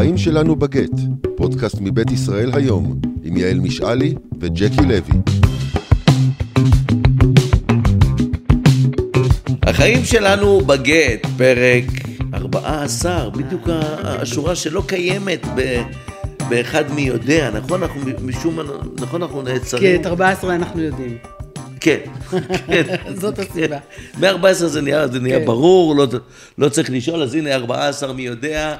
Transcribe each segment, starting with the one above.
החיים שלנו בגט, פודקאסט מבית ישראל היום, עם יעל משעלי וג'קי לוי. החיים שלנו בגט, פרק 14, בדיוק השורה שלא קיימת באחד מי יודע, נכון? אנחנו נעצרים. כן, 14 אנחנו יודעים. כן. זאת הסיבה. מ-14 זה נהיה ברור, לא צריך לשאול, אז הנה 14 מי יודע.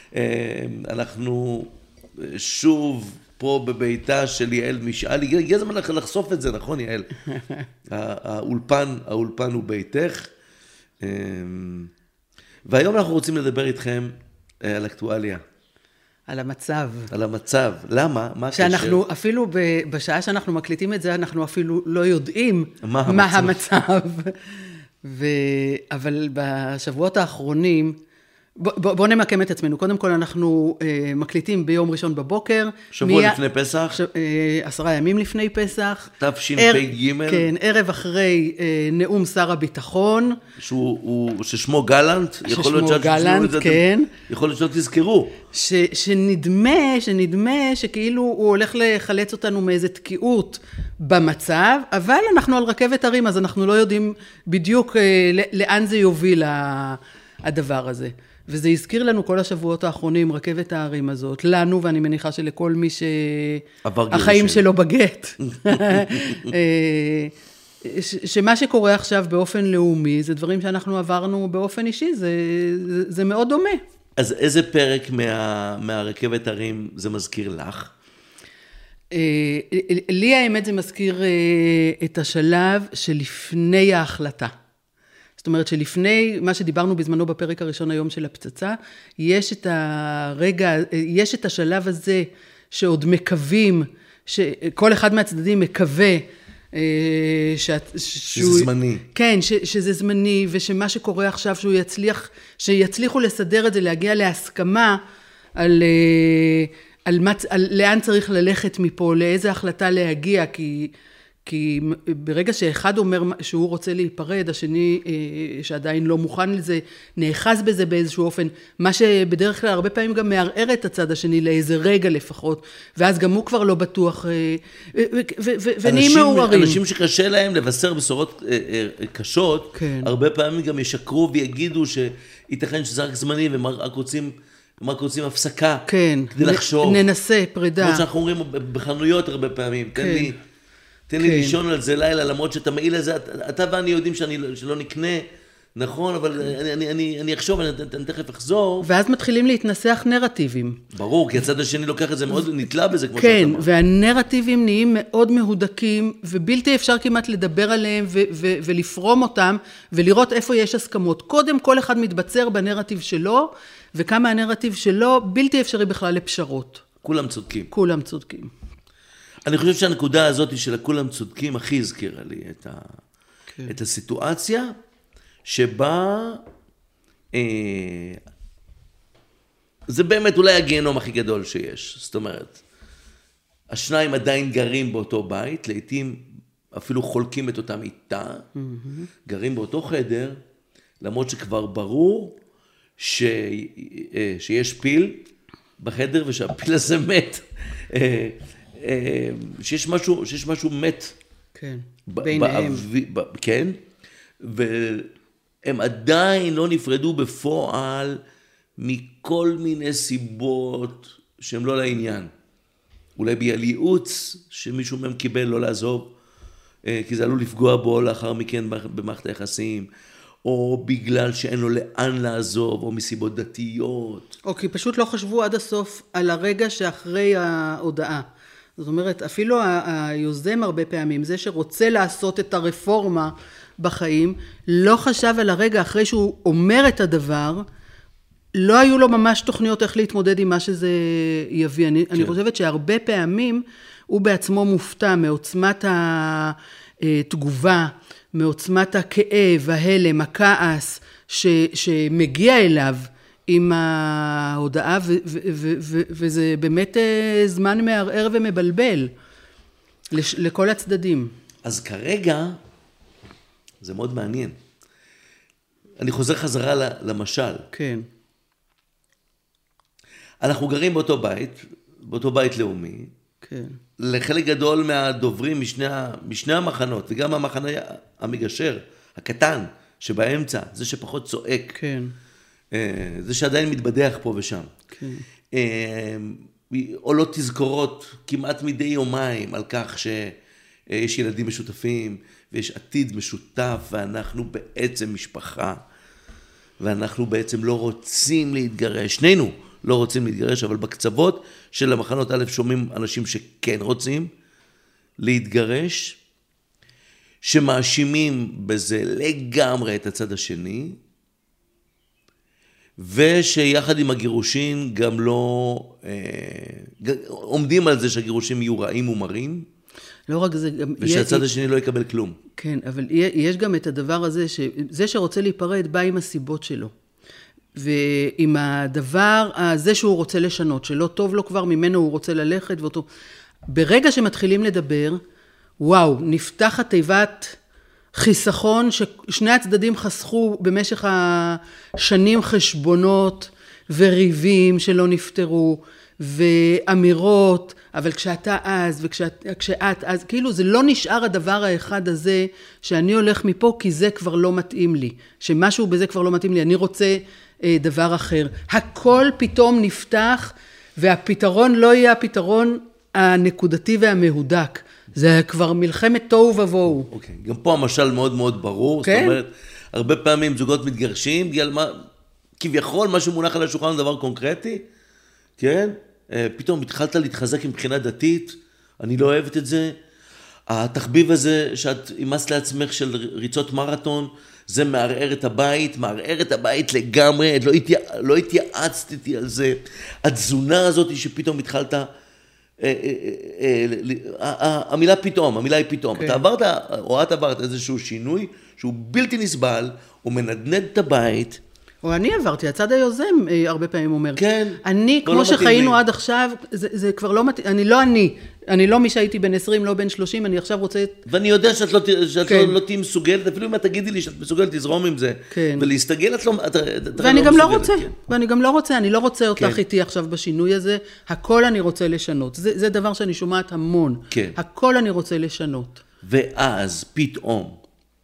אנחנו שוב פה בביתה של יעל משעלי. הגיע הזמן לחשוף את זה, נכון יעל? האולפן הוא ביתך. והיום אנחנו רוצים לדבר איתכם על אקטואליה. על המצב. על המצב. למה? מה הקשר? שאנחנו אפילו בשעה שאנחנו מקליטים את זה, אנחנו אפילו לא יודעים מה המצב. אבל בשבועות האחרונים, בוא נמקם את עצמנו. קודם כל אנחנו מקליטים ביום ראשון בבוקר. שבוע לפני פסח. 10 ימים לפני פסח. תשפ"ג. כן, ערב אחרי נאום שר הביטחון. ששמו גלנט. ששמו גלנט, כן. יכול להיות שלא תזכרו. שנדמה שכאילו הוא הולך לחלץ אותנו מאיזו תקיעות במצב, אבל אנחנו על רכבת הרים, אז אנחנו לא יודעים בדיוק לאן זה יוביל הדבר הזה. וזה הזכיר לנו כל השבועות האחרונים, רכבת ההרים הזאת, לנו, ואני מניחה שלכל מי שהחיים שלו בגט. שמה שקורה עכשיו באופן לאומי, זה דברים שאנחנו עברנו באופן אישי, זה מאוד דומה. אז איזה פרק מהרכבת הרים זה מזכיר לך? לי האמת זה מזכיר את השלב שלפני ההחלטה. זאת אומרת שלפני מה שדיברנו בזמנו בפרק הראשון היום של הפצצה, יש את השלב הזה שעוד מקווים, שכל אחד מהצדדים מקווה, שזה זמני. כן, שזה זמני, ושמה שקורה עכשיו שיצליחו לסדר את זה, להגיע להסכמה על לאן צריך ללכת מפה, לאיזה החלטה להגיע, כי ברגע שאחד אומר שהוא רוצה להיפרד, השני שעדיין לא מוכן לזה, נאחז בזה באיזשהו אופן, מה שבדרך כלל הרבה פעמים גם מערער את הצד השני לאיזה רגע לפחות, ואז גם הוא כבר לא בטוח, ונהיים מעוררים. אנשים שקשה להם לבשר בשורות קשות, כן. הרבה פעמים גם ישקרו ויגידו שייתכן שזה רק זמני, והם רק רוצים הפסקה, כן. כדי לחשוב. ננסה פרידה. כמו שאנחנו אומרים בחנויות הרבה פעמים, כן. תן לי לישון על זה לילה, למרות שאתה מעיל על זה, אתה ואני יודעים שלא נקנה, נכון, אבל אני אחשוב, אני תכף אחזור. ואז מתחילים להתנסח נרטיבים. ברור, כי הצד השני לוקח את זה מאוד, נתלה בזה, כמו כן, והנרטיבים נהיים מאוד מהודקים, ובלתי אפשר כמעט לדבר עליהם, ולפרום אותם, ולראות איפה יש הסכמות. קודם כל אחד מתבצר בנרטיב שלו, וכמה הנרטיב שלו בלתי אפשרי בכלל לפשרות. כולם צודקים. כולם צודקים. אני חושב שהנקודה הזאת של כולם צודקים הכי הזכירה לי את הסיטואציה שבה זה באמת אולי הגיהנום הכי גדול שיש. זאת אומרת, השניים עדיין גרים באותו בית, לעתים אפילו חולקים את אותה מיטה, גרים באותו חדר, למרות שכבר ברור שיש פיל בחדר ושהפיל הזה מת. שיש משהו מת. כן, ביניהם. כן, והם עדיין לא נפרדו בפועל מכל מיני סיבות שהם לא לעניין. אולי בגלל ייעוץ שמישהו מהם קיבל לא לעזוב, כי זה עלול לפגוע בו לאחר מכן במערכת היחסים, או בגלל שאין לו לאן לעזוב, או מסיבות דתיות. או כי פשוט לא חשבו עד הסוף על הרגע שאחרי ההודעה. זאת אומרת, אפילו היוזם הרבה פעמים, זה שרוצה לעשות את הרפורמה בחיים, לא חשב על הרגע אחרי שהוא אומר את הדבר, לא היו לו ממש תוכניות איך להתמודד עם מה שזה יביא. אני חושבת שהרבה פעמים הוא בעצמו מופתע מעוצמת התגובה, מעוצמת הכאב, ההלם, הכעס שמגיע אליו, עם ההודעה, וזה באמת זמן מערער ומבלבל לכל הצדדים. אז כרגע, זה מאוד מעניין. אני חוזר חזרה למשל. כן. אנחנו גרים באותו בית לאומי. כן. לחלק גדול מהדוברים משני המחנות, וגם המחנה המגשר, הקטן, שבאמצע, זה שפחות צועק. כן. זה שעדיין מתבדח פה ושם. כן. עולות תזכורות כמעט מדי יומיים על כך שיש ילדים משותפים, ויש עתיד משותף, ואנחנו בעצם משפחה, ואנחנו בעצם לא רוצים להתגרש. שנינו לא רוצים להתגרש, אבל בקצוות של המחנות א' שומעים אנשים שכן רוצים להתגרש, שמאשימים בזה לגמרי את הצד השני, ושיחד עם הגירושים גם לא עומדים על זה שהגירושים יהיו רעים ומרים, לא רק זה, גם ושהצד השני לא יקבל כלום. כן, אבל יש גם את הדבר הזה, זה שרוצה להיפרד בא עם הסיבות שלו. ועם הדבר הזה שהוא רוצה לשנות, שלא טוב לו כבר, ממנו הוא רוצה ללכת, ואותו... ברגע שמתחילים לדבר, וואו, נפתחת תיבת חיסכון, ששני הצדדים חסכו במשך השנים חשבונות וריבים שלא נפטרו, ואמירות, אבל כשאתה אז וכשאת אז, כאילו זה לא נשאר הדבר האחד הזה, שאני הולך מפה כי זה כבר לא מתאים לי, שמשהו בזה כבר לא מתאים לי, אני רוצה דבר אחר. הכל פתאום נפתח, והפתרון לא יהיה הפתרון הנקודתי והמהודק. זה כבר מלחמת תוהו ובוהו. אוקיי, גם פה המשל מאוד מאוד ברור, כן? זאת אומרת, הרבה פעמים זוגות מתגרשים, בגלל מה, כביכול משהו מונח על השולחן דבר קונקרטי, כן? פתאום התחלת להתחזק מבחינה דתית, אני לא אוהבת את זה. התחביב הזה שאת אימצת לעצמך של ריצות מרתון, זה מערער את הבית לגמרי, לא התייעצת איתי על זה. התזונה הזאת שפתאום התחלת, המילה היא פתאום. כן. אתה עברת, או את עברת איזשהו שינוי שהוא בלתי נסבל, הוא מנדנד את הבית, או אני עברתי, הצד היוזם הרבה פעמים אומר. כן. אני, כמו לא שחיינו עד עכשיו, זה כבר לא מתאים, אני לא מי שהייתי בן 20, לא בן 30, אני עכשיו רוצה... ואני יודע שאת כן. לא תהיי מסוגלת, אפילו אם את תגידי לי שאת מסוגלת לזרום עם זה, כן. ולהסתגל, את לא ואני גם לא רוצה, כן. אני לא רוצה אותך כן. איתי עכשיו בשינוי הזה, הכל אני רוצה לשנות. זה דבר שאני שומעת המון. כן. הכל אני רוצה לשנות. ואז פתאום,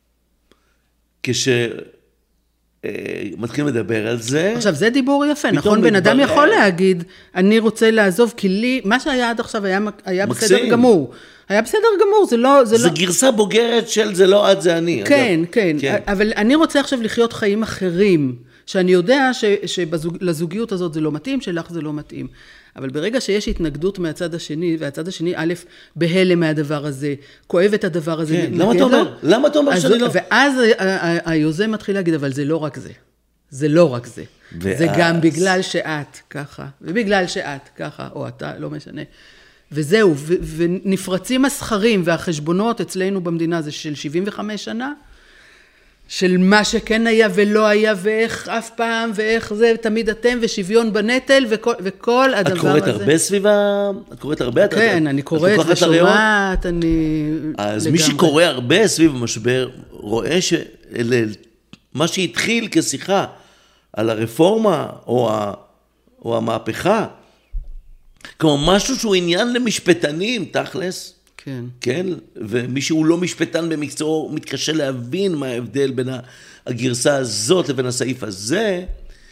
מתחילים לדבר על זה. עכשיו, זה דיבור יפה, נכון? בן אדם יכול להגיד, אני רוצה לעזוב, כי לי, מה שהיה עד עכשיו היה בסדר גמור. היה בסדר גמור, זה לא... זה גרסה בוגרת של זה לא את, זה אני. כן, כן. אבל אני רוצה עכשיו לחיות חיים אחרים, שאני יודע שלזוגיות הזאת זה לא מתאים, שלך זה לא מתאים. אבל ברגע שיש התנגדות מהצד השני, והצד השני, א', בהלם מהדבר הזה, כואב את הדבר הזה. כן, למה אתה אומר שאני לא? ואז היוזם מתחיל להגיד, אבל זה לא רק זה. זה לא רק זה. זה גם בגלל שאת ככה, ובגלל שאת ככה, או אתה, לא משנה. וזהו, ונפרצים הסחרים והחשבונות אצלנו במדינה, זה של 75 שנה, של מה שכן היה ולא היה, ואיך אף פעם, ואיך זה תמיד אתם, ושוויון בנטל, וכל הדבר הזה. את קוראת הרבה סביבה? את קוראת הרבה? כן, אני קוראת ושומעת, אני... אז מי שקורא הרבה סביב המשבר, רואה שמה שהתחיל כשיחה על הרפורמה, או המהפכה, כמו משהו שהוא עניין למשפטנים, תכלס, כן. כן? ומי שהוא לא משפטן במקצועו מתקשה להבין מה ההבדל בין הגרסה הזאת לבין הסעיף הזה.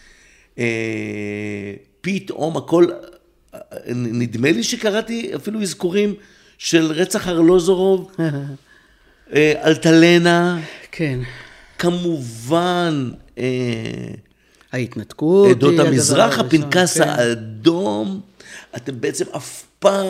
פתאום הכל, נדמה לי שקראתי אפילו אזכורים של רצח ארלוזורוב, אלטלנה. כן. כמובן, ההתנתקות. עדות המזרח, הפנקס האדום. אתם בעצם אף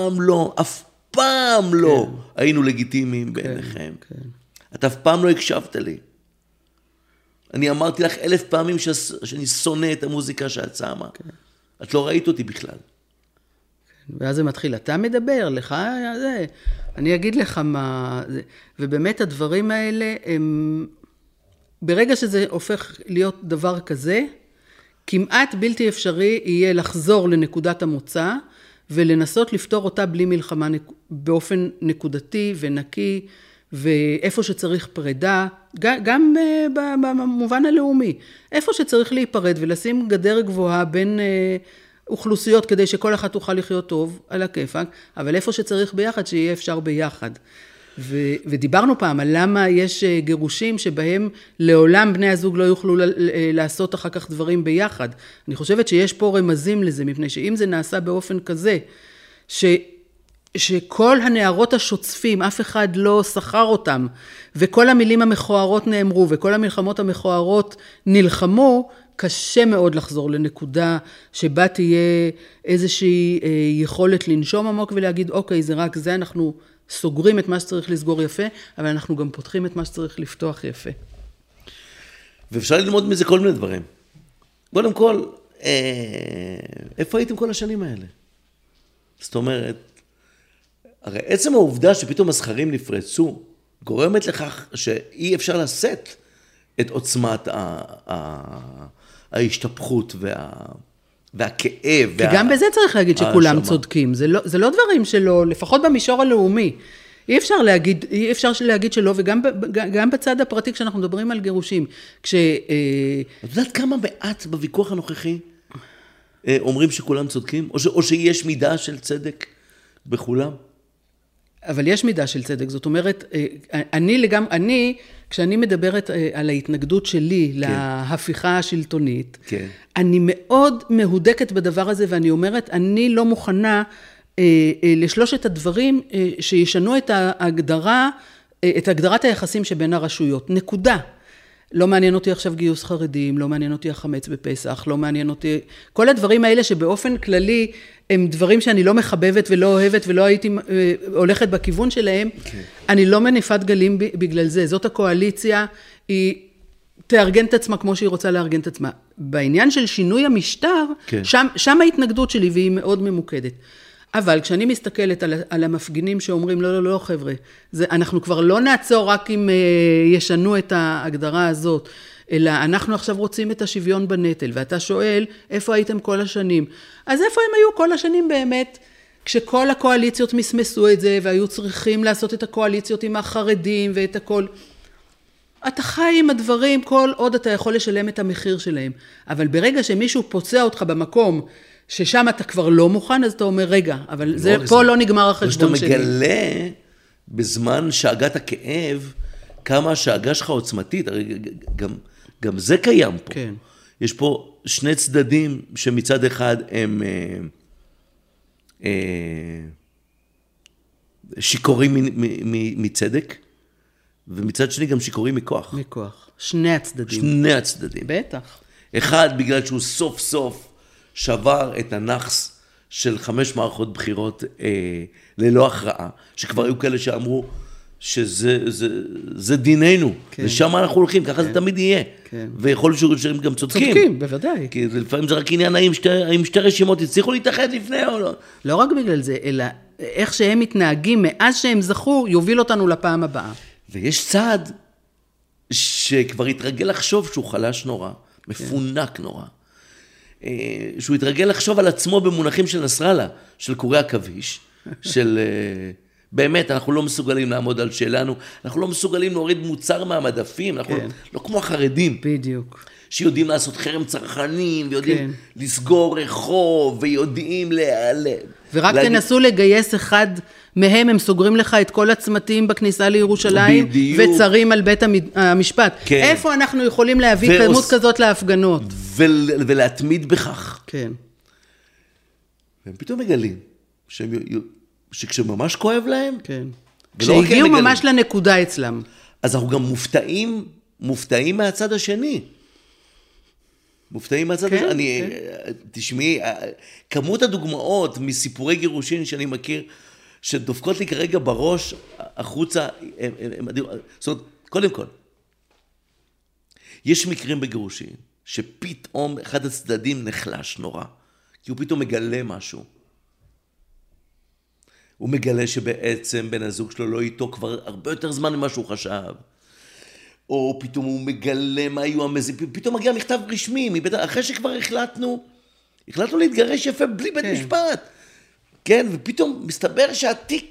פעם לא היינו לגיטימיים בעיניכם. אתה אף פעם לא הקשבת לי. אני אמרתי לך 1000 פעמים שאני שונא את המוזיקה שאת שמה. את לא ראית אותי בכלל. ואז זה מתחיל, אתה מדבר, לך זה. אני אגיד לך מה... ובאמת הדברים האלה הם... ברגע שזה הופך להיות דבר כזה, כמעט בלתי אפשרי יהיה לחזור לנקודת המוצא, ולנסות לפתור אותה בלי מלחמה באופן נקודתי ונקי, ואיפה שצריך פרידה, גם במובן הלאומי, איפה שצריך להיפרד ולשים גדר גבוהה בין אוכלוסיות כדי שכל אחת תוכל לחיות טוב על הכיפק, אבל איפה שצריך ביחד, שיהיה אפשר ביחד. ודיברנו פעם על למה יש גירושים שבהם לעולם בני הזוג לא יוכלו לעשות אחר כך דברים ביחד. אני חושבת שיש פה רמזים לזה, מפני שאם זה נעשה באופן כזה, שכל הנערות השוצפים, אף אחד לא שכר אותם, וכל המילים המכוערות נאמרו, וכל המלחמות המכוערות נלחמו, קשה מאוד לחזור לנקודה שבה תהיה איזושהי יכולת לנשום עמוק ולהגיד, אוקיי, זה רק זה, אנחנו סוגרים את מה שצריך לסגור יפה, אבל אנחנו גם פותחים את מה שצריך לפתוח יפה. ואפשר ללמוד מזה כל מיני דברים. קודם כל, איפה הייתם כל השנים האלה? זאת אומרת, הרי עצם העובדה שפתאום הזכרים נפרצו, גורמת לכך שאי אפשר לשאת את עוצמת ההשתפכות והכאב. כי גם בזה צריך להגיד שכולם צודקים. זה לא דברים שלא, לפחות במישור הלאומי. אי אפשר להגיד שלא, וגם בצד הפרטי כשאנחנו מדברים על גירושים. את יודעת כמה מעט בוויכוח הנוכחי אומרים שכולם צודקים? או שיש מידה של בכולם? אבל יש מידה של צדק, זאת אומרת, כשאני מדברת על ההתנגדות שלי להפיכה השלטונית, אני מאוד מהודקת בדבר הזה, ואני אומרת, אני לא מוכנה לשלושת הדברים שישנו את הגדרת היחסים שבין הרשויות. נקודה. לא מעניין אותי עכשיו גיוס חרדים, לא מעניין אותי החמץ בפסח, לא מעניין אותי... כל הדברים האלה שבאופן כללי הם דברים שאני לא מחבבת ולא אוהבת ולא הייתי הולכת בכיוון שלהם, אני לא מניפת גלים בגלל זה. זאת הקואליציה, היא תארגן את עצמה כמו שהיא רוצה לארגן את עצמה. בעניין של שינוי המשטר, שם ההתנגדות שלי והיא מאוד ממוקדת. אבל כשאני מסתכלת על המפגינים שאומרים, לא, לא, לא, חבר'ה, אנחנו כבר לא נעצור רק אם ישנו את ההגדרה הזאת, אלא אנחנו עכשיו רוצים את השוויון בנטל, ואתה שואל, איפה הייתם כל השנים? אז איפה הם היו כל השנים באמת, כשכל הקואליציות מסמסו את זה, והיו צריכים לעשות את הקואליציות עם החרדים ואת הכל? אתה חי עם הדברים, כל עוד אתה יכול לשלם את המחיר שלהם. אבל ברגע שמישהו פוצע אותך במקום, ששם אתה כבר לא מוכן, אז אתה אומר, רגע, אבל פה לא נגמר החשבון שלי. שאתה מגלה בזמן שאגת הכאב, כמה שהאגה שלך עוצמתית, הרי גם זה קיים פה. כן. יש פה שני צדדים שמצד אחד הם שיכורים מצדק, ומצד שני גם שיכורים מכוח. מכוח. שני הצדדים. שני הצדדים. בטח. אחד, בגלל שהוא סוף סוף שבר את הנחס של 5 מערכות בחירות ללא הכרעה, שכבר היו כאלה שאמרו שזה דיננו, ושם אנחנו הולכים, ככה זה תמיד יהיה. ויכול להיות שהם גם צודקים. צודקים, בוודאי. כי לפעמים זה רק עניין האם שתי רשימות הצליחו להתאחד לפני או לא. לא רק בגלל זה, אלא איך שהם מתנהגים מאז שהם זכו, יוביל אותנו לפעם הבאה. ויש צד שכבר התרגל לחשוב שהוא חלש נורא, מפונק נורא. שהוא התרגל לחשוב על עצמו במונחים של נסראללה, של קורי עכביש, של באמת, אנחנו לא מסוגלים לעמוד על שלנו, אנחנו לא מסוגלים להוריד מוצר מהמדפים, אנחנו לא כמו החרדים. בדיוק. שיודעים לעשות חרם צרכנים, ויודעים לסגור רחוב, ויודעים ורק תנסו לגייס אחד מהם, הם סוגרים לך את כל הצמתים בכניסה לירושלים, וצרים על בית המשפט. איפה אנחנו יכולים להביא כמות כזאת להפגנות? ולהתמיד בכך. כן. והם פתאום מגלים, שכשממש כואב להם, כשהגיעו ממש לנקודה אצלם. אז אנחנו גם מופתעים מהצד השני. מופתעים מהצד השני. תשמעי, כמות הדוגמאות מסיפורי גירושין שאני מכיר, שדופקות לי כרגע בראש, החוצה, זאת אומרת, קודם כל, יש מקרים בגירושין, שפתאום אחד הצדדים נחלש נורא, כי הוא פתאום מגלה משהו. הוא מגלה שבעצם בן הזוג שלו לא איתו כבר הרבה יותר זמן ממה שהוא חשב. או פתאום הוא מגלה מה היו המזיקים, פתאום מגיע מכתב רשמי, אחרי שכבר החלטנו להתגרש יפה בלי בית משפט. כן, ופתאום מסתבר שהתיק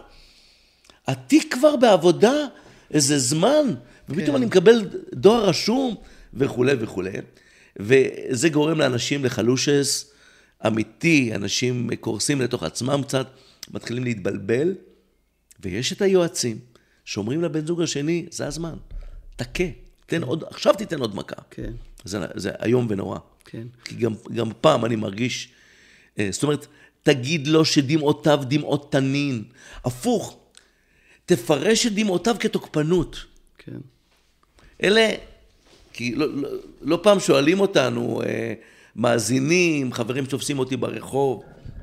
כבר בעבודה איזה זמן, ופתאום אני מקבל דואר רשום וכו' וכו'. וזה גורם לאנשים לחלושס, אמיתי, אנשים קורסים לתוך עצמם קצת, מתחילים להתבלבל, ויש את היועצים שאומרים לבן זוג השני, זה הזמן, תכה, עכשיו תיתן עוד מכה. כן. זה היום ונורא. כן. כי גם פעם אני מרגיש, זאת אומרת, תגיד לו שדמעותיו דמעות תנין. הפוך, תפרש את דמעותיו כתוקפנות. כן. אלה, כי לא פעם שואלים אותנו, מאזינים, חברים שתופסים אותי ברחוב,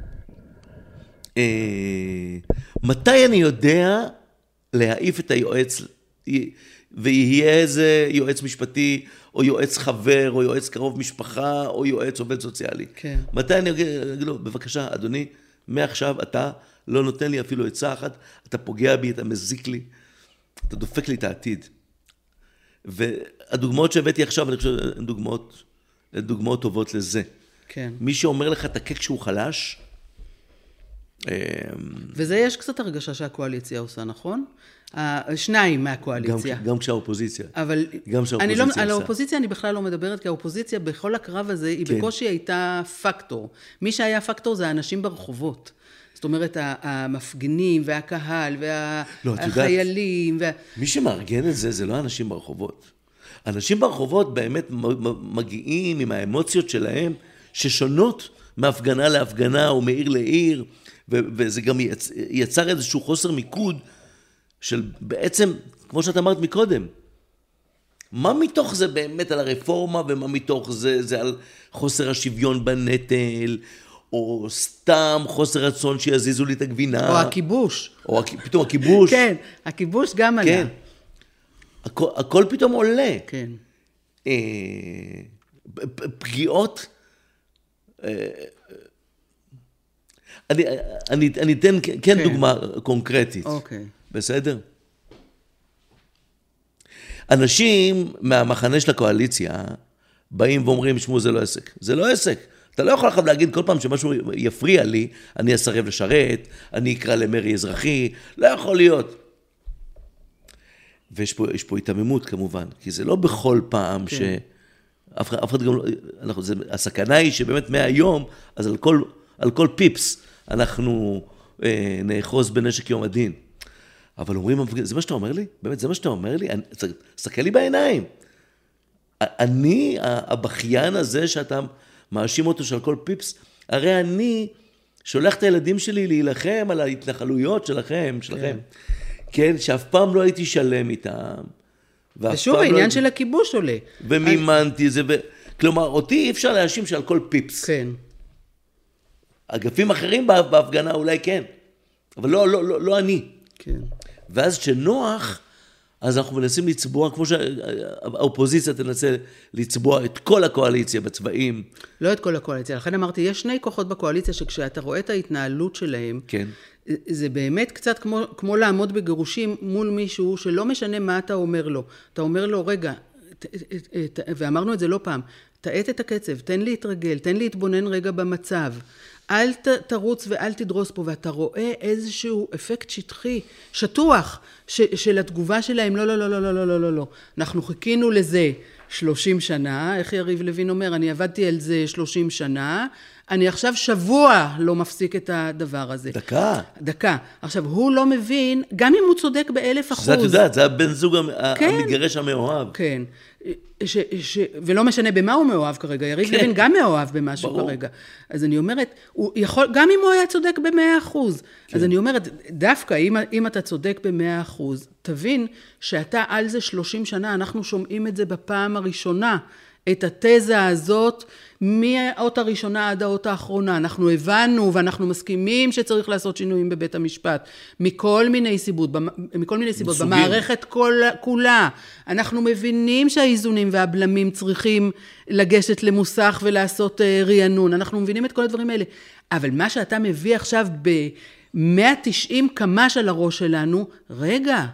מתי אני יודע להעיף את היועץ, ויהיה איזה יועץ משפטי, או יועץ חבר, או יועץ קרוב משפחה, או יועץ עובד סוציאלי. כן. מתי אני אגיד לו, בבקשה, אדוני, מעכשיו אתה לא נותן לי אפילו עצה אחת, אתה פוגע בי, אתה מזיק לי, אתה דופק לי את העתיד. והדוגמאות שהבאתי עכשיו, אני חושב, הן דוגמאות טובות לזה. כן. מי שאומר לך, תכה כשהוא חלש, וזה יש קצת הרגשה שהקואליציה עושה, נכון? שניים מהקואליציה. גם כשהאופוזיציה. אבל גם כשהאופוזיציה עושה. על האופוזיציה אני בכלל לא מדברת, כי האופוזיציה בכל הקרב הזה, היא בקושי הייתה פקטור. מי שהיה פקטור זה האנשים ברחובות. זאת אומרת, המפגינים והקהל והחיילים. מי שמארגן את זה, זה לא האנשים ברחובות. אנשים ברחובות באמת מגיעים עם האמוציות שלהם, ששונות מהפגנה להפגנה או מעיר לעיר, וזה גם יצר איזשהו חוסר מיקוד, של בעצם, כמו שאת אמרת מקודם, מה מתוך זה באמת על הרפורמה, ומה מתוך זה על חוסר השוויון בנטל, או סתם חוסר רצון שיזיזו לי את הגבינה. או הכיבוש. או פתאום הכיבוש. כן, הכיבוש גם עלה. כן. הכל פתאום עולה. כן. פגיעות. אני אתן כן דוגמה קונקרטית. אוקיי. בסדר? אנשים מהמחנה של הקואליציה באים ואומרים, שמו, זה לא עסק. זה לא עסק. אתה לא יכול עכשיו להגיד כל פעם שמשהו יפריע לי, אני אסרב לשרת, אני אקרא למרי אזרחי, לא יכול להיות. ויש פה התאממות כמובן, כי זה לא בכל פעם כן. אף אחד גם לא, הסכנה היא שבאמת מהיום, אז על כל פיפס אנחנו נאחוז בנשק יום הדין. אבל אומרים, זה מה שאתה אומר לי? באמת, זה מה שאתה אומר לי? תסתכל לי בעיניים. אני, הבכיין הזה שאתה מאשים אותו של כל פיפס, הרי אני שולח את הילדים שלי להילחם על ההתנחלויות שלכם. כן, שאף פעם לא הייתי שלם איתם. ושוב, העניין של הכיבוש עולה. ומימנתי זה, כלומר, אותי אי אפשר להאשים שעל כל פיפס. כן. אגפים אחרים בהפגנה אולי כן, אבל לא אני. כן. ואז כשנוח, אז אנחנו מנסים לצבוע, כמו שהאופוזיציה תנסה לצבוע את כל הקואליציה בצבעים. לא את כל הקואליציה, לכן אמרתי, יש שני כוחות בקואליציה שכשאתה רואה את ההתנהלות שלהם, כן. זה באמת קצת כמו לעמוד בגירושים מול מישהו שלא משנה מה אתה אומר לו. אתה אומר לו, רגע, ואמרנו את זה לא פעם, תעט את הקצב, תן להתרגל, תן להתבונן רגע במצב. אל תרוץ ואל תדרוס פה, ואתה רואה איזשהו אפקט שטחי, שטוח, של התגובה שלהם, לא. אנחנו חיכינו לזה 30 שנה, איך יריב לוין אומר, אני עבדתי על זה 30 שנה, אני עכשיו שבוע לא מפסיק את הדבר הזה. דקה. עכשיו, הוא לא מבין, גם אם הוא צודק ב1,000%. זה את יודעת, זה הבן זוג המתגרש המאוהב. כן. ולא משנה במה הוא מאוהב כרגע, יריב לוין גם מאוהב במשהו כרגע. אז אני אומרת, גם אם הוא היה צודק ב100%, אז אני אומרת, דווקא אם אתה צודק ב100%, תבין שאתה על זה 30 שנה, אנחנו שומעים את זה בפעם הראשונה, את התזה הזאת, מהאות הראשונה עד האות האחרונה. אנחנו הבנו ואנחנו מסכימים שצריך לעשות שינויים בבית המשפט, מכל מיני סיבות, במערכת כולה. אנחנו מבינים שהאיזונים והבלמים צריכים לגשת למוסך ולעשות רענון. אנחנו מבינים את כל הדברים האלה. אבל מה שאתה מביא עכשיו ב-190 קמ"ש על הראש שלנו, רגע.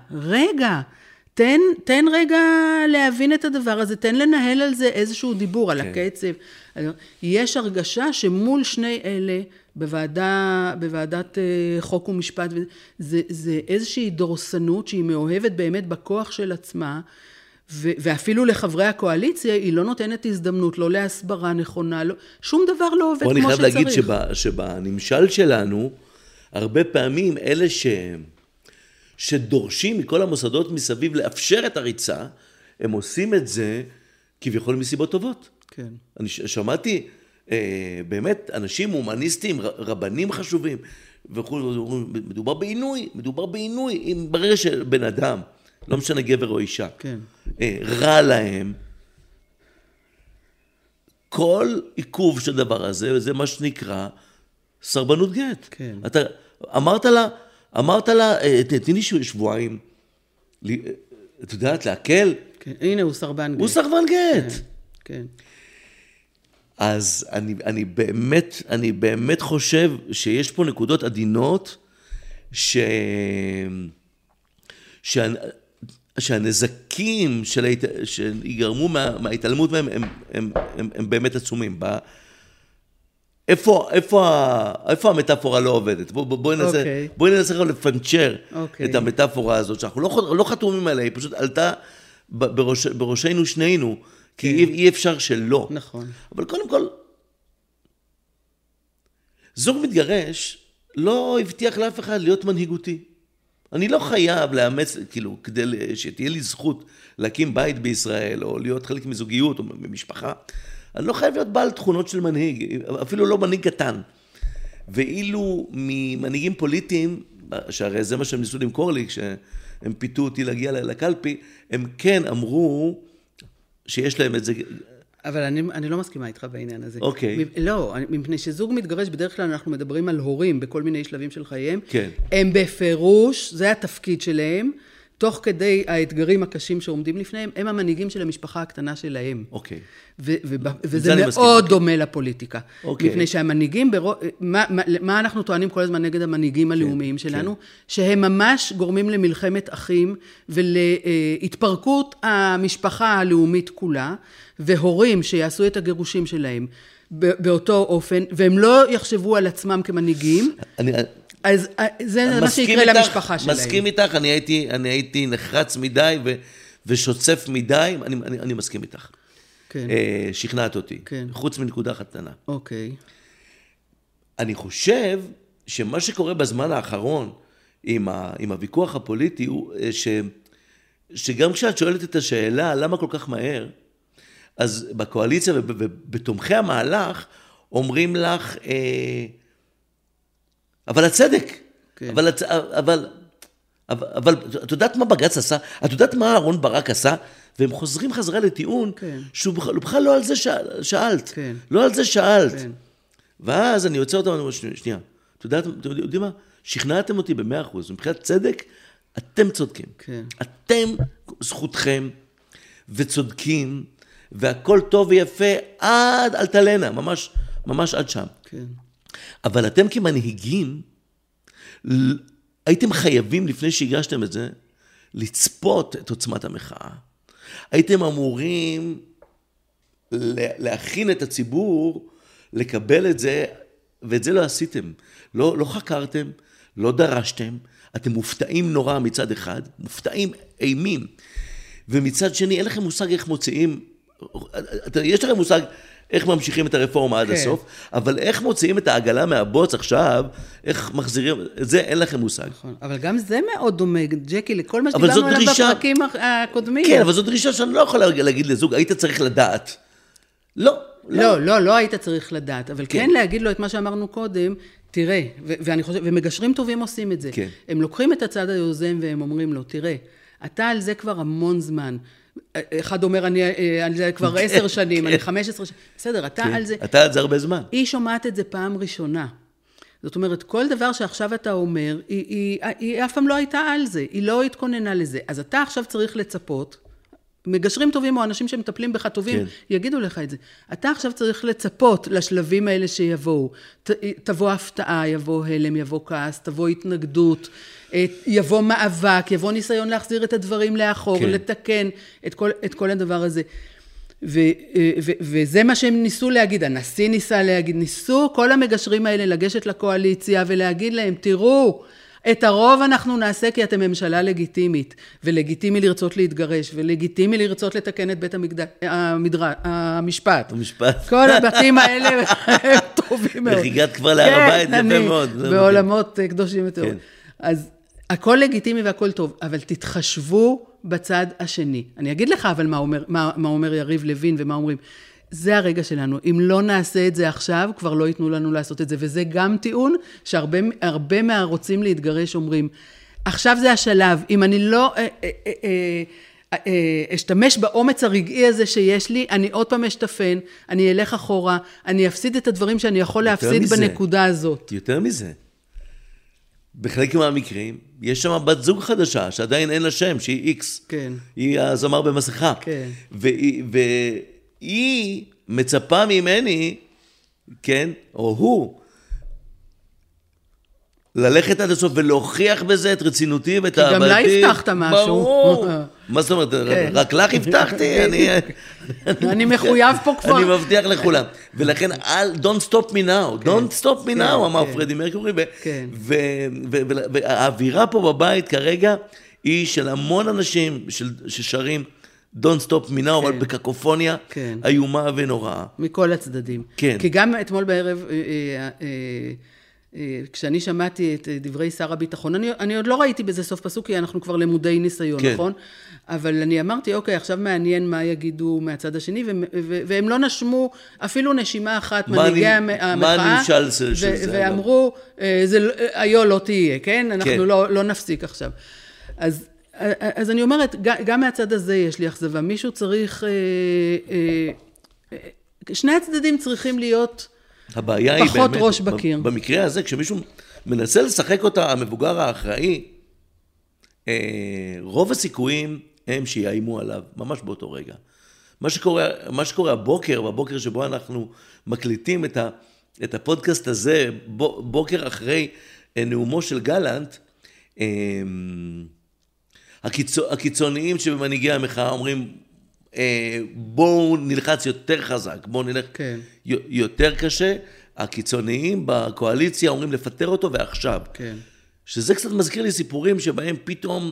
תן רגע להבין את הדבר הזה, תן לנהל על זה איזשהו דיבור, על הקצב. יש הרגשה שמול שני אלה, בוועדת חוק ומשפט, זה איזושהי דורסנות שהיא מאוהבת באמת בכוח של עצמה, ואפילו לחברי הקואליציה, היא לא נותנת הזדמנות, לא להסברה נכונה, שום דבר לא עובד כמו שצריך. אני חייב להגיד שבנמשל שלנו, הרבה פעמים אלה שדורשים מכל המוסדות מסביב לאפשר את הריצה, הם עושים את זה כביכול מסיבות טובות. כן. אני שמעתי באמת אנשים הומניסטים, רבנים חשובים, מדובר בעינוי, ברגע שבן אדם, לא משנה גבר או אישה, כן. רע להם, כל עיכוב של דבר הזה, זה מה שנקרא סרבנות גט. כן. אתה אמרת לה, תתני לי שבועיים, את יודעת, להקל? כן. הנה, הוא סרבן גט. הוא סרבן גט. כן. כן. אז אני באמת חושב שיש פה נקודות עדינות שהנזקים שיגרמו מההתעלמות מהם הם באמת עצומים. איפה המטאפורה לא עובדת? בואי ננסה לפנצ'ר את המטאפורה הזאת, שאנחנו לא חתומים עליה, היא פשוט עלתה בראשנו שנינו, כי אי אפשר שלא. נכון. אבל קודם כל, זוג מתגרש לא הבטיח לאף אחד להיות מנהיגותי. אני לא חייב לאמץ, כאילו, כדי שתהיה לי זכות להקים בית בישראל, או להיות חלק מזוגיות או ממשפחה, אני לא חייב להיות בעל תכונות של מנהיג, אפילו לא מנהיג קטן. ואילו ממנהיגים פוליטיים, שהרי זה מה שהם ניסו למכור לי, כשהם פיתו אותי להגיע לקלפי, הם כן אמרו שיש להם את זה. אבל אני לא מסכימה איתך בעניין הזה. אוקיי. לא, מפני שזוג מתגרש, בדרך כלל אנחנו מדברים על הורים בכל מיני שלבים של חייהם. כן. הם בפירוש, זה התפקיד שלהם, תוך כדי האתגרים הקשים שעומדים לפניהם, הם המנהיגים של המשפחה הקטנה שלהם. אוקיי. וזה מאוד דומה לפוליטיקה. אוקיי. מפני שהמנהיגים, מה אנחנו טוענים כל הזמן נגד המנהיגים הלאומיים שלנו? שהם ממש גורמים למלחמת אחים ולהתפרקות המשפחה הלאומית כולה, והורים שיעשו את הגירושים שלהם באותו אופן, והם לא יחשבו על עצמם כמנהיגים, אז זה מה שיקרה למשפחה שלהם. מסכים איתך, אני הייתי נחרץ מדי ושוצף מדי, אני מסכים איתך. כן. שכנעת אותי. כן. חוץ מנקודה קטנה. אוקיי. אני חושב שמה שקורה בזמן האחרון עם הוויכוח הפוליטי הוא שגם כשאת שואלת את השאלה למה כל כך מהר, אז בקואליציה ובתומכי המהלך אומרים לך, אבל הצדק, כן. אבל את יודעת מה בג"ץ עשה? את יודעת מה אהרון ברק עשה? והם חוזרים חזרה לטיעון, כן. שהוא בכלל לא על זה שאלת. כן. לא על זה שאלת. כן. ואז אני יוצא אותם, אני אומר, שנייה, אתם יודעים מה? שכנעתם אותי ב100%. מבחינת צדק, אתם צודקים. כן. אתם זכותכם וצודקים, והכל טוב ויפה עד אלטלנה, ממש עד שם. כן. אבל אתם כמנהיגים, הייתם חייבים לפני שהגשתם את זה, לצפות את עוצמת המחאה. הייתם אמורים להכין את הציבור, לקבל את זה, ואת זה לא עשיתם. לא חקרתם, לא דרשתם, אתם מופתעים נורא מצד אחד, מופתעים אימים, ומצד שני אין לכם מושג איך מוציאים, יש לכם מושג איך ממשיכים את הרפורמה עד הסוף, אבל איך מוציאים את העגלה מהבוץ עכשיו, איך מחזירים, את זה אין לכם מושג. נכון, אבל גם זה מאוד דומה, ג'קי, לכל מה שדיברנו עליו בפרקים הקודמים. כן, אבל זו דרישה שאני לא יכול להגיד לזוג, היית צריך לדעת. לא היית צריך לדעת, אבל כן להגיד לו את מה שאמרנו קודם, תראה, ואני חושב, ומגשרים טובים עושים את זה. הם לוקחים את הצד היוזם והם אומרים לו, תראה, אתה על זה כבר המון זמן. אחד אומר, אני על זה כבר 10 שנים, אני 15 שנים. בסדר, אתה על זה. אתה על זה הרבה זמן. היא שומעת את זה פעם ראשונה. זאת אומרת, כל דבר שעכשיו אתה אומר, היא אף פעם לא הייתה על זה, היא לא התכוננה לזה. אז אתה עכשיו צריך לצפות, מגשרים טובים או אנשים שמטפלים בך טובים, יגידו לך את זה. אתה עכשיו צריך לצפות לשלבים האלה שיבואו. תבוא הפתעה, יבוא הלם, יבוא כעס, תבוא התנגדות, יבוא מאבק, יבוא ניסיון להחזיר את הדברים לאחור, לתקן את כל הדבר הזה. וזה מה שהם ניסו להגיד, הנשיא ניסה להגיד, ניסו כל המגשרים האלה לגשת לקואליציה ולהגיד להם, תראו, את הרוב אנחנו נעשה כי אתם ממשלה לגיטימית, ולגיטימי לרצות להתגרש, ולגיטימי לרצות לתקן את בית המשפט. כל הבתים האלה הם טובים מאוד. והגעת כבר להר הבית, יפה מאוד. בעולמות קדושים יותר. אז הכל לגיטימי והכל טוב, אבל תתחשבו בצד השני. אני אגיד לך אבל מה אומר יריב לוין ומה אומרים. זה הרגע שלנו. אם לא נעשה את זה עכשיו, כבר לא ייתנו לנו לעשות את זה. וזה גם טיעון שהרבה מהרוצים להתגרש אומרים, עכשיו זה השלב. אם אני לא אשתמש באומץ הרגעי הזה שיש לי, אני עוד פעם אשתפן, אני אלך אחורה, אני אפסיד את הדברים שאני יכול להפסיד בנקודה הזאת. יותר מזה. בחלק מהמקרים, יש שם בת זוג חדשה, שעדיין אין לה שם, שהיא איקס. כן. היא הזמר במסכה. כן. והיא מצפה ממני, כן, או הוא, ללכת עד הסוף ולהוכיח בזה את רצינותי ואת אהבתי. כי גם לה הבטחת משהו. ברור. מה זאת אומרת? רק לך הבטחתי? אני מחויב פה כבר. אני מבטיח לכולם. ולכן, don't stop me now. Don't stop me now, אמר פרדי מרקורי. והאווירה פה בבית כרגע היא של המון אנשים ששרים Don't stop me now, אבל בקקופוניה איומה ונוראה. מכל הצדדים. כן. כי גם אתמול בערב, כשאני שמעתי את דברי שר הביטחון, אני עוד לא ראיתי בזה סוף פסוק, כי אנחנו כבר למודי ניסיון, נכון? אבל אני אמרתי, אוקיי, עכשיו מעניין מה יגידו מהצד השני, והם לא נשמו אפילו נשימה אחת מנהיגי המחאה. מה הנמשל של זה? ואמרו, היו לא תהיה, כן? אנחנו לא נפסיק עכשיו. אז אני אומרת, גם מהצד הזה יש לי אכזבה. מישהו צריך, שני הצדדים צריכים להיות פחות ראש בקיר. במקרה הזה, כשמישהו מנסה לשחק אותה, המבוגר האחראי, רוב הסיכויים הם שיאיימו עליו, ממש באותו רגע. מה שקורה בבוקר שבו אנחנו מקליטים את הפודקאסט הזה, בוקר אחרי נאומו של גלנט, הקיצוניים שבמנהיגי המחאה אומרים, בואו נלחץ יותר חזק, בואו נלך יותר קשה. הקיצוניים בקואליציה אומרים לפטר אותו ועכשיו. שזה קצת מזכיר לי סיפורים שבהם פתאום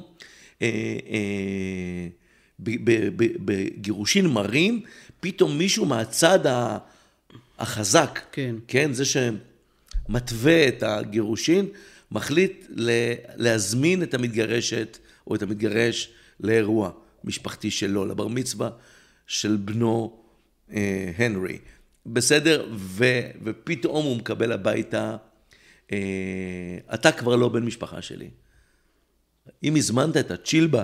בגירושין מרים, פתאום מישהו מהצד החזק, כן, זה שמתווה את הגירושין, מחליט להזמין את המתגרשת או את המתגרש לאירוע משפחתי שלו, לבר מצווה של בנו הנרי. בסדר? ופתאום הוא מקבל הביתה, אתה כבר לא בן משפחה שלי. אם הזמנת את הצ'ילבה,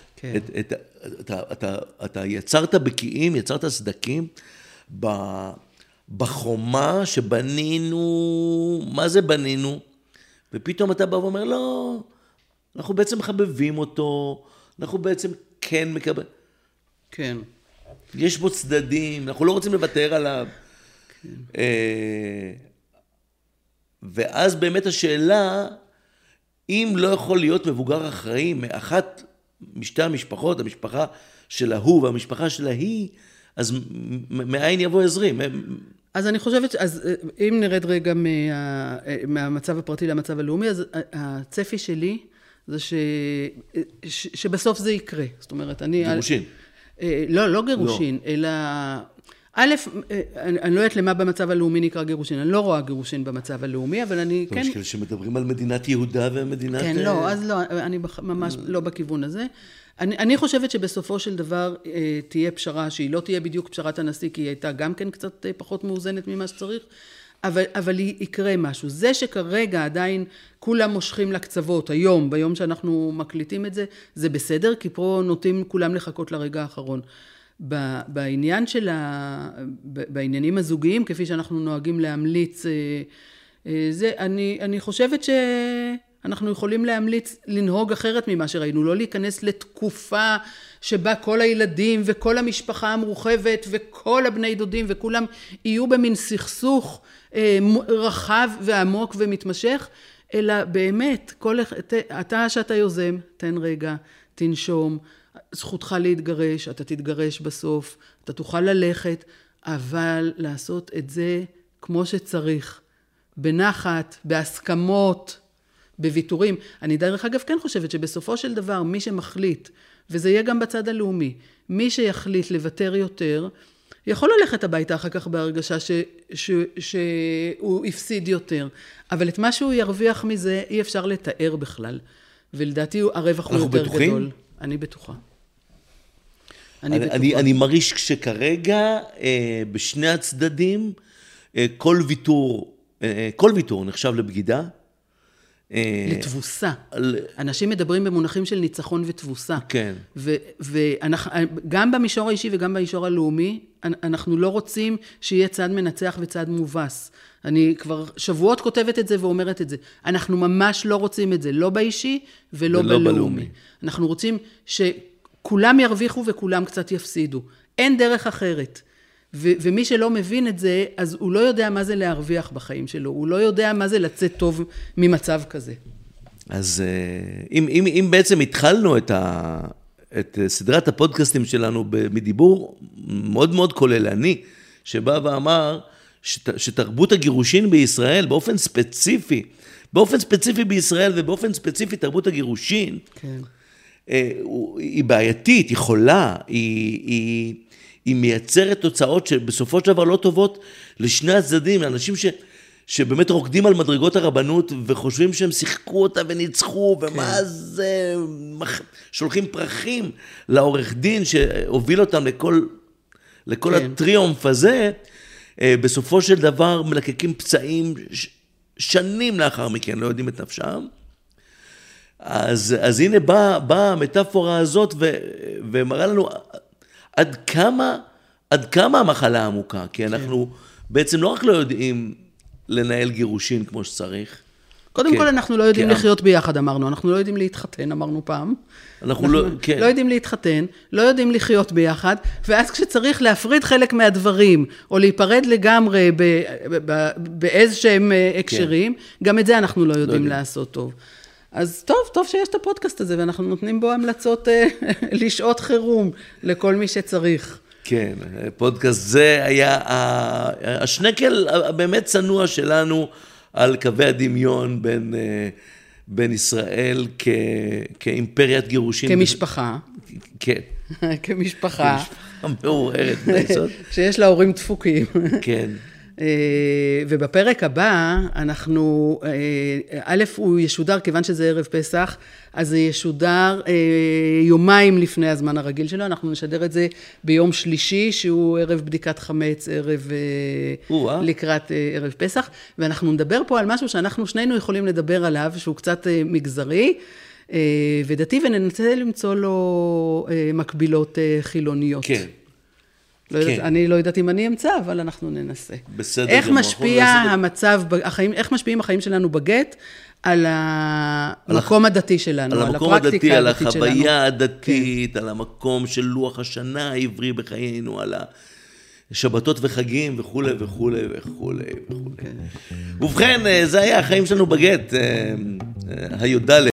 אתה יצרת בקיאים, יצרת סדקים, בחומה שבנינו, מה זה בנינו? ופתאום אתה בא ואומר, לא, אנחנו בעצם מחבבים אותו, אנחנו בעצם כן מקבל. כן. יש בו צדדים, אנחנו לא רוצים לוותר עליו. כן. ואז באמת השאלה, אם לא יכול להיות מבוגר אחראי מאחת משתי המשפחות, המשפחה של ההוא והמשפחה של ההיא, אז מאין יבוא עזרים? אז אני חושבת, אז אם נרד רגע מהמצב הפרטי למצב הלאומי, אז הצפי שלי זה שבסוף זה יקרה. זאת אומרת, גירושין. לא גירושין, אלא א', אני לא יודעת למה במצב הלאומי נקרא גירושין, אני לא רואה גירושין במצב הלאומי, אבל אני כן... יש כאלה שמדברים על מדינת יהודה ומדינת... כן, לא, אז לא, אני ממש לא בכיוון הזה. אני חושבת שבסופו של דבר תהיה פשרה, שהיא לא תהיה בדיוק פשרת הנשיא, כי היא הייתה גם כן קצת פחות מאוזנת ממה שצריך, אבל יקרה משהו. זה שכרגע עדיין כולם מושכים לקצוות, היום, ביום שאנחנו מקליטים את זה, זה בסדר, כי פה נוטים כולם לחכות לרגע האחרון. בעניין בעניינים הזוגיים, כפי שאנחנו נוהגים להמליץ, אני חושבת שאנחנו יכולים להמליץ לנהוג אחרת ממה שראינו, לא להיכנס לתקופה שבה כל הילדים וכל המשפחה המורחבת וכל הבני דודים וכולם יהיו במין סכסוך רחב ועמוק ומתמשך, אלא באמת, אתה שאתה יוזם, תן רגע, תנשום, זכותך להתגרש, אתה תתגרש בסוף, אתה תוכל ללכת, אבל לעשות את זה כמו שצריך, בנחת, בהסכמות, בוויתורים. אני דרך אגב כן חושבת שבסופו של דבר מי שמחליט, וזה יהיה גם בצד הלאומי, מי שיחליט לוותר יותר, יכול ללכת הביתה אחר כך בהרגשה שהוא הפסיד יותר. אבל את מה שהוא ירוויח מזה אי אפשר לתאר בכלל. ולדעתי הרווח הוא יותר גדול. אני בטוחה. אני מרגיש שכרגע בשני הצדדים כל ויתור נחשב לבגידה. לתבוסה. אנשים מדברים במונחים של ניצחון ותבוסה. כן. וגם במישור האישי וגם במישור הלאומי, אנחנו לא רוצים שיהיה צד מנצח וצד מובס. אני כבר שבועות כותבת את זה ואומרת את זה. אנחנו ממש לא רוצים את זה, לא באישי ולא בלאומי. אנחנו רוצים שכולם ירוויחו וכולם קצת יפסידו. אין דרך אחרת. ומי שלא מבין את זה, אז הוא לא יודע מה זה להרוויח בחיים שלו. הוא לא יודע מה זה לצאת טוב ממצב כזה. אז אם בעצם התחלנו את סדרת הפודקאסטים שלנו מדיבור מאוד מאוד כוללני, שבא ואמר שתרבות הגירושין בישראל באופן ספציפי בישראל ובאופן ספציפי תרבות הגירושין, כן. היא בעייתית, היא חולה, היא מייצרת תוצאות שבסופו של דבר לא טובות לשני הצדדים, לאנשים שבאמת רוקדים על מדרגות הרבנות וחושבים שהם שיחקו אותה וניצחו, ומה זה, שולחים פרחים לעורך דין שהוביל אותם לכל הטריומף הזה, בסופו של דבר מלקקים פצעים שנים לאחר מכן, לא יודעים את נפשם. אז הנה באה המטאפורה הזאת ומראה לנו עד כמה המחלה עמוקה, כי אנחנו בעצם לא רק לא יודעים לנהל גירושין כמו שצריך. קודם כל אנחנו לא יודעים לחיות ביחד, אמרנו, אנחנו לא יודעים להתחתן, אמרנו פעם. אנחנו לא יודעים להתחתן, לא יודעים לחיות ביחד, ואז כשצריך להפריד חלק מהדברים, או להיפרד לגמרי באיזשהם הקשרים, גם את זה אנחנו לא יודעים לעשות טוב. אז טוב שיש את הפודקאסט הזה, ואנחנו נותנים בו המלצות לשעות חירום לכל מי שצריך. כן, פודקאסט זה היה השנקל באמת צנוע שלנו על קווי הדמיון בין ישראל כאימפריית גירושין. כמשפחה. כן. כמשפחה. מעוררת ביסוד. שיש לה הורים דפוקים. כן. ובפרק הבא אנחנו, א' הוא ישודר כיוון שזה ערב פסח, אז זה ישודר יומיים לפני הזמן הרגיל שלו, אנחנו נשדר את זה ביום שלישי, שהוא ערב בדיקת חמץ, ערב לקראת ערב פסח, ואנחנו נדבר פה על משהו שאנחנו שנינו יכולים לדבר עליו, שהוא קצת מגזרי, ודתי, וננסה למצוא לו מקבילות חילוניות. כן. אני לא יודעת אם אני אמצא, אבל אנחנו ננסה. בסדר. איך משפיע המצב, איך משפיעים החיים שלנו בגט על המקום הדתי שלנו, על המקום הדתי, על החוויה הדתית, על המקום של לוח השנה העברי בחיינו, על שבתות וחגים וכו' וכו' וכו' וכו'. ובכן, זה היה החיים שלנו בגט, הי"ד.